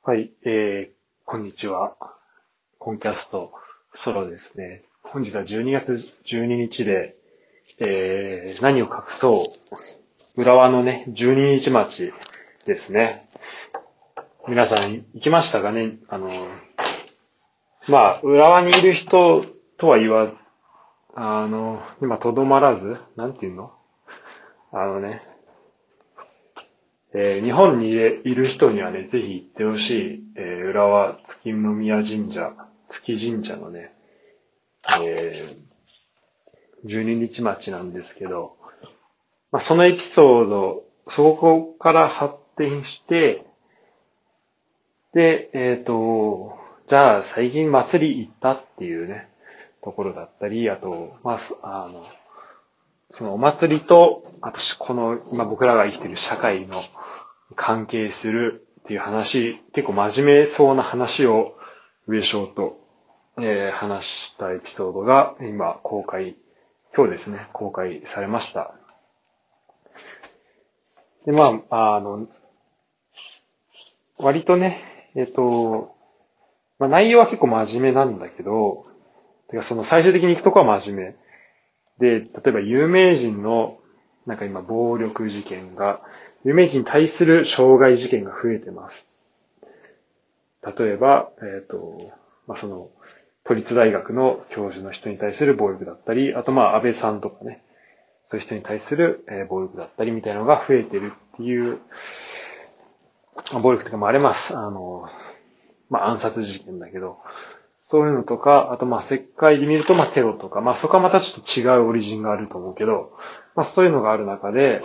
はい、こんにちは。コンキャストソロですね。本日は12月12日で、何を隠そう。浦和のね、12日町ですね。皆さん行きましたかね。浦和にいる人とは言わ、今とどまらず、なんていうのあのね、日本にいる人にはね、ぜひ行ってほしい、浦和月宮神社、月神社のね、え12日町なんですけど、そのエピソード、そこから発展して、で、じゃあ最近祭り行ったっていうね、ところだったり、あと、そのお祭りと、あと、この、今僕らが生きてる社会の関係するっていう話、結構真面目そうな話を上昇と、話したエピソードが今今日ですね、公開されました。で、割とね、内容は結構真面目なんだけど、てかその最終的に行くとこは真面目。で、例えば有名人の、なんか今暴力事件が、有名人に対する傷害事件が増えてます。例えば、その、都立大学の教授の人に対する暴力だったり、あと安倍さんとかね、そういう人に対する暴力だったりみたいなのが増えてるっていう、暴力というか、あれ暗殺事件だけど、そういうのとか、あと世界で見るとテロとか、そこはまたちょっと違うオリジンがあると思うけど、そういうのがある中で、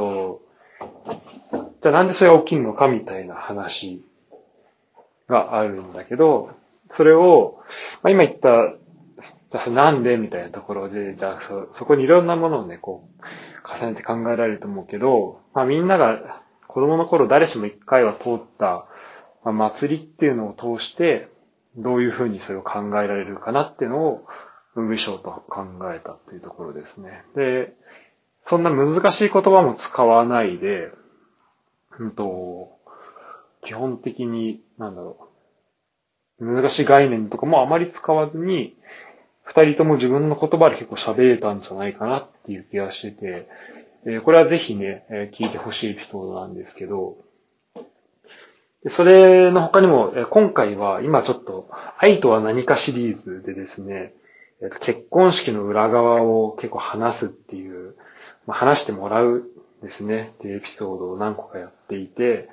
じゃあなんでそれが起きるのかみたいな話があるんだけど、それを、今言った、じゃあそれなんでみたいなところで、じゃあそこにいろんなものをね、重ねて考えられると思うけど、みんなが子供の頃誰しも一回は通った、祭りっていうのを通して、どういうふうにそれを考えられるかなっていうのを、文章と考えたっていうところですね。で、そんな難しい言葉も使わないで、基本的に、難しい概念とかもあまり使わずに、二人とも自分の言葉で結構喋れたんじゃないかなっていう気がしてて、これはぜひね、聞いてほしいエピソードなんですけど、それの他にも、今回は今ちょっと愛とは何かシリーズでですね、結婚式の裏側を結構話すっていう、話してもらうですね、っていうエピソードを何個かやっていて、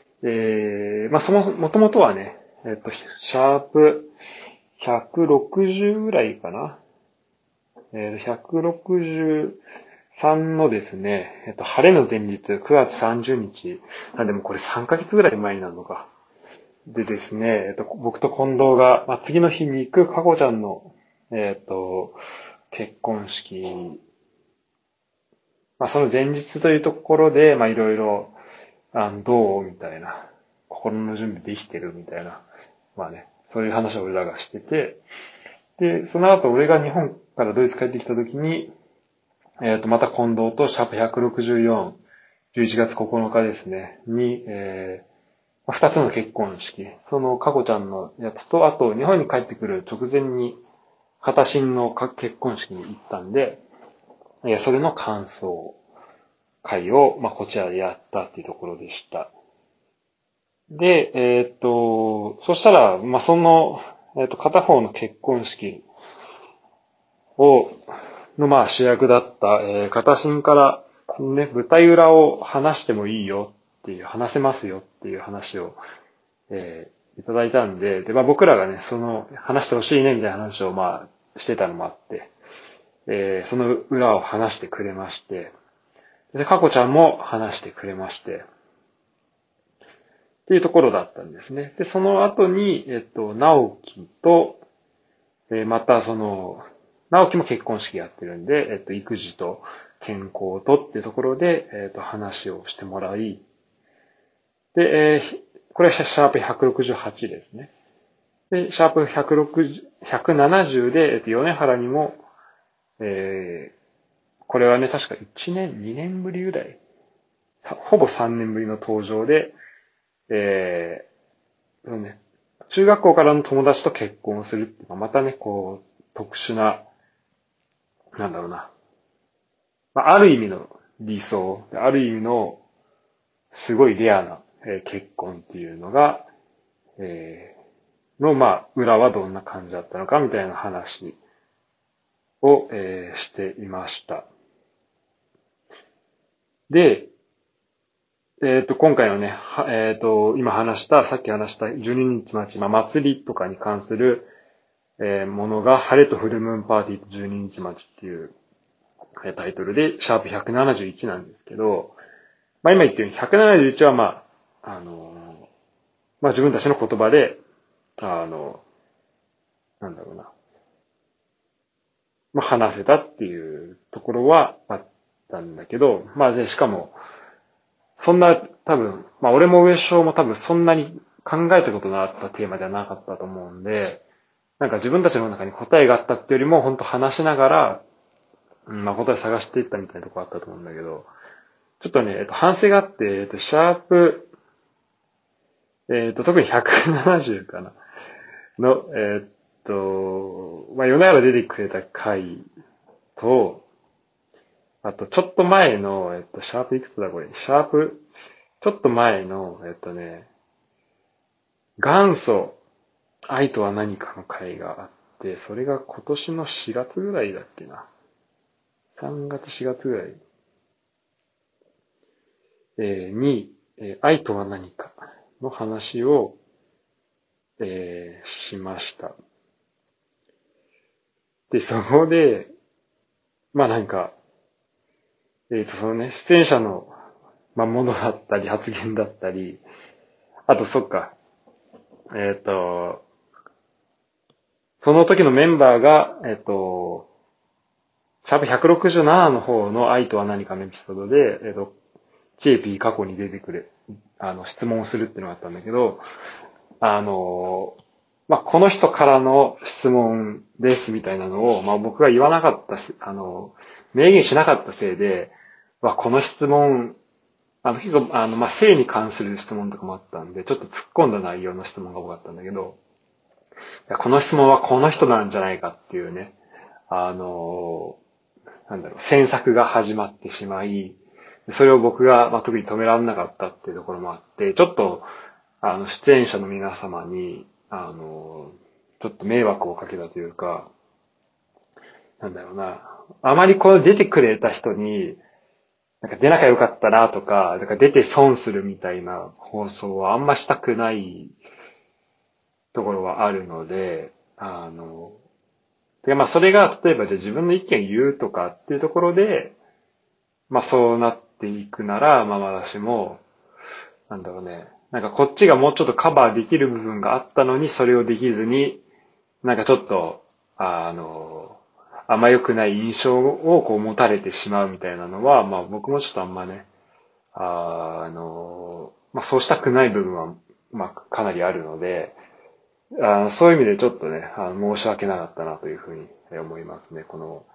もともとはね、シャープ160ぐらいかな。163のですね、晴れの前日、9月30日。でもこれ3ヶ月ぐらい前になるのか。でですね、僕と近藤が、次の日に行くかこちゃんの、結婚式、その前日というところで、いろいろ、どうみたいな、心の準備できてるみたいな、そういう話を俺らがしてて、で、その後俺が日本からドイツ帰ってきた時に、また近藤とシャープ164、11月9日ですね、に、二つの結婚式。その、かこちゃんのやつと、あと、日本に帰ってくる直前に、片新の結婚式に行ったんで、それの感想会を、こちらでやったっていうところでした。で、そしたら、片方の結婚式を、主役だった、片新から、ね、舞台裏を話してもいいよっていう、話せますよっていう話を、いただいたんで、僕らがね、話してほしいねみたいな話を、してたのもあって、その裏を話してくれまして、で、かこちゃんも話してくれまして、っていうところだったんですね。で、その後に、直樹と、また直樹も結婚式やってるんで、育児と健康とっていうところで、話をしてもらい、で、これはシャープ168ですね。で、シャープ170で、米原にも、これはね、確か1年、2年ぶりぐらい、ほぼ3年ぶりの登場で、 そのね、中学校からの友達と結婚するっていうのはまたね、こう、特殊な、なんだろうな。まあ、ある意味の理想、ある意味のすごいレアな、結婚っていうのが、まあ、裏はどんな感じだったのかみたいな話を、していました。で、今回のね、さっき話した12日町、まあ、祭りとかに関する、ものが、晴れとフルムーンパーティーと12日町っていうタイトルで、シャープ171なんですけど、まあ、今言ったように171はまあ、まあ、自分たちの言葉で、なんだろうな、まあ、話せたっていうところはあったんだけど、まあ、で、しかも、そんな、多分、まあ、俺も上昇も多分そんなに考えたことのあったテーマではなかったと思うんで、なんか自分たちの中に答えがあったっていうよりも、本当話しながら、まあ、答え探していったみたいなところあったと思うんだけど、ちょっとね、反省があって、シャープ、特に170かな。の、まあ、米原出てくれた回と、あと、ちょっと前の、シャープいくつだこれ。シャープ、ちょっと前の、元祖、愛とは何かの回があって、それが今年の4月ぐらいだっけな。3月4月ぐらい、に、愛とは何かの話を、しました。で、そこで、まあなんか、そのね、出演者の、まあ、ものだったり、発言だったり、あと、そっか、えっ、と、その時のメンバーが、シャープ167の方の愛とは何かのエピソードで、KP 過去に出てくる、質問をするっていうのがあったんだけど、まあ、この人からの質問ですみたいなのを、まあ、僕が言わなかった明言しなかったせいで、まあ、この質問、結構、まあ、性に関する質問とかもあったんで、ちょっと突っ込んだ内容の質問が多かったんだけど、この質問はこの人なんじゃないかっていうね、なんだろう、詮索が始まってしまい、それを僕が、まあ、特に止められなかったっていうところもあって、ちょっと、出演者の皆様に、ちょっと迷惑をかけたというか、なんだろうな、あまりこう出てくれた人に、なんか出なきゃよかったなとか、なんか出て損するみたいな放送はあんましたくないところはあるので、まあそれが例えばじゃあ自分の意見言うとかっていうところで、まあそうなっていくなら、まあ私も、なんだろうね、なんかこっちがもうちょっとカバーできる部分があったのにそれをできずに、なんかちょっと、あんま良くない印象をこう持たれてしまうみたいなのは、まあ僕もちょっとあんまね、まあそうしたくない部分は、まあかなりあるので、そういう意味でちょっとね、申し訳なかったなというふうに思いますね。この、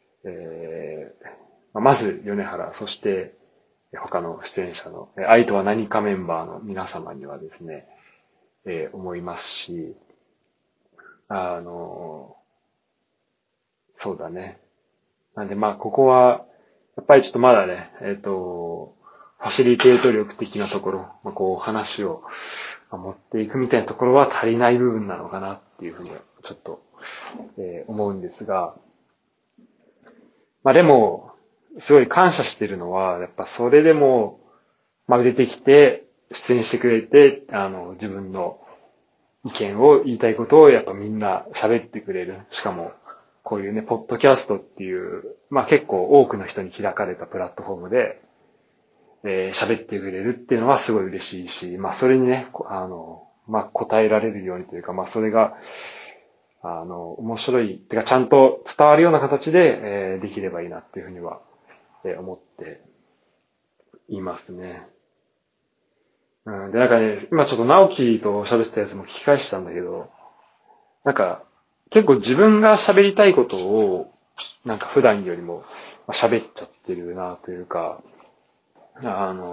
まず米原、そして他の出演者の、愛とは何かメンバーの皆様にはですね、思いますし、あの、そうだね。なんでまあ、ここは、やっぱりちょっとまだね、ファシリテート力的なところ、まあ、こう話を持っていくみたいなところは足りない部分なのかなっていうふうにはちょっと、思うんですが、まあでも、すごい感謝してるのは、やっぱそれでも、まあ出てきて、出演してくれて、自分の意見を言いたいことをやっぱみんな喋ってくれる。しかも、こういうね、ポッドキャストっていう、まあ結構多くの人に開かれたプラットフォームで、喋ってくれるっていうのはすごい嬉しいし、まあそれにね、まあ答えられるようにというか、まあそれが、面白い、てかちゃんと伝わるような形で、できればいいなっていうふうには、思っていますね。うん、で、なんかね、今ちょっと直樹と喋ってたやつも聞き返したんだけど、なんか、結構自分が喋りたいことを、なんか普段よりも喋っちゃってるなというか、あの、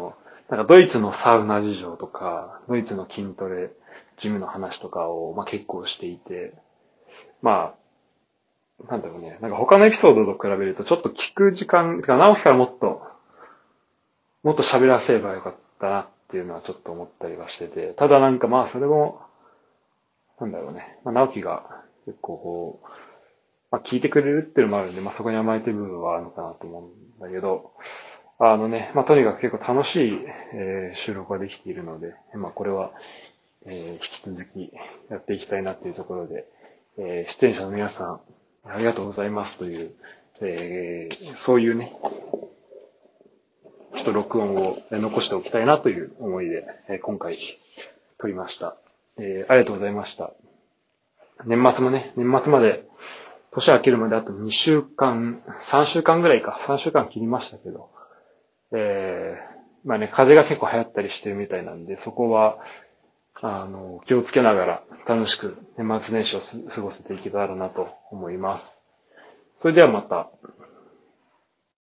なんかドイツのサウナ事情とか、ドイツの筋トレ、ジムの話とかを、結構していて、まなんだろうね。なんか他のエピソードと比べるとちょっと聞く時間、てか直樹からもっと喋らせればよかったなっていうのはちょっと思ったりはしてて、ただなんかそれも、なんだろうね。直樹が結構聞いてくれるっていうのもあるんで、そこに甘えてる部分はあるのかなと思うんだけど、とにかく結構楽しい、収録ができているので、これは、引き続きやっていきたいなというところで、出演者の皆さん、ありがとうございますという、そういうね、ちょっと録音を残しておきたいなという思いで、今回撮りました。ありがとうございました。年末まで、年明けるまであと2週間、3週間ぐらいか、3週間切りましたけど、風邪が結構流行ったりしてるみたいなんで、そこは、気をつけながら楽しく年末年始を過ごせていけたらなと思います。それではまた。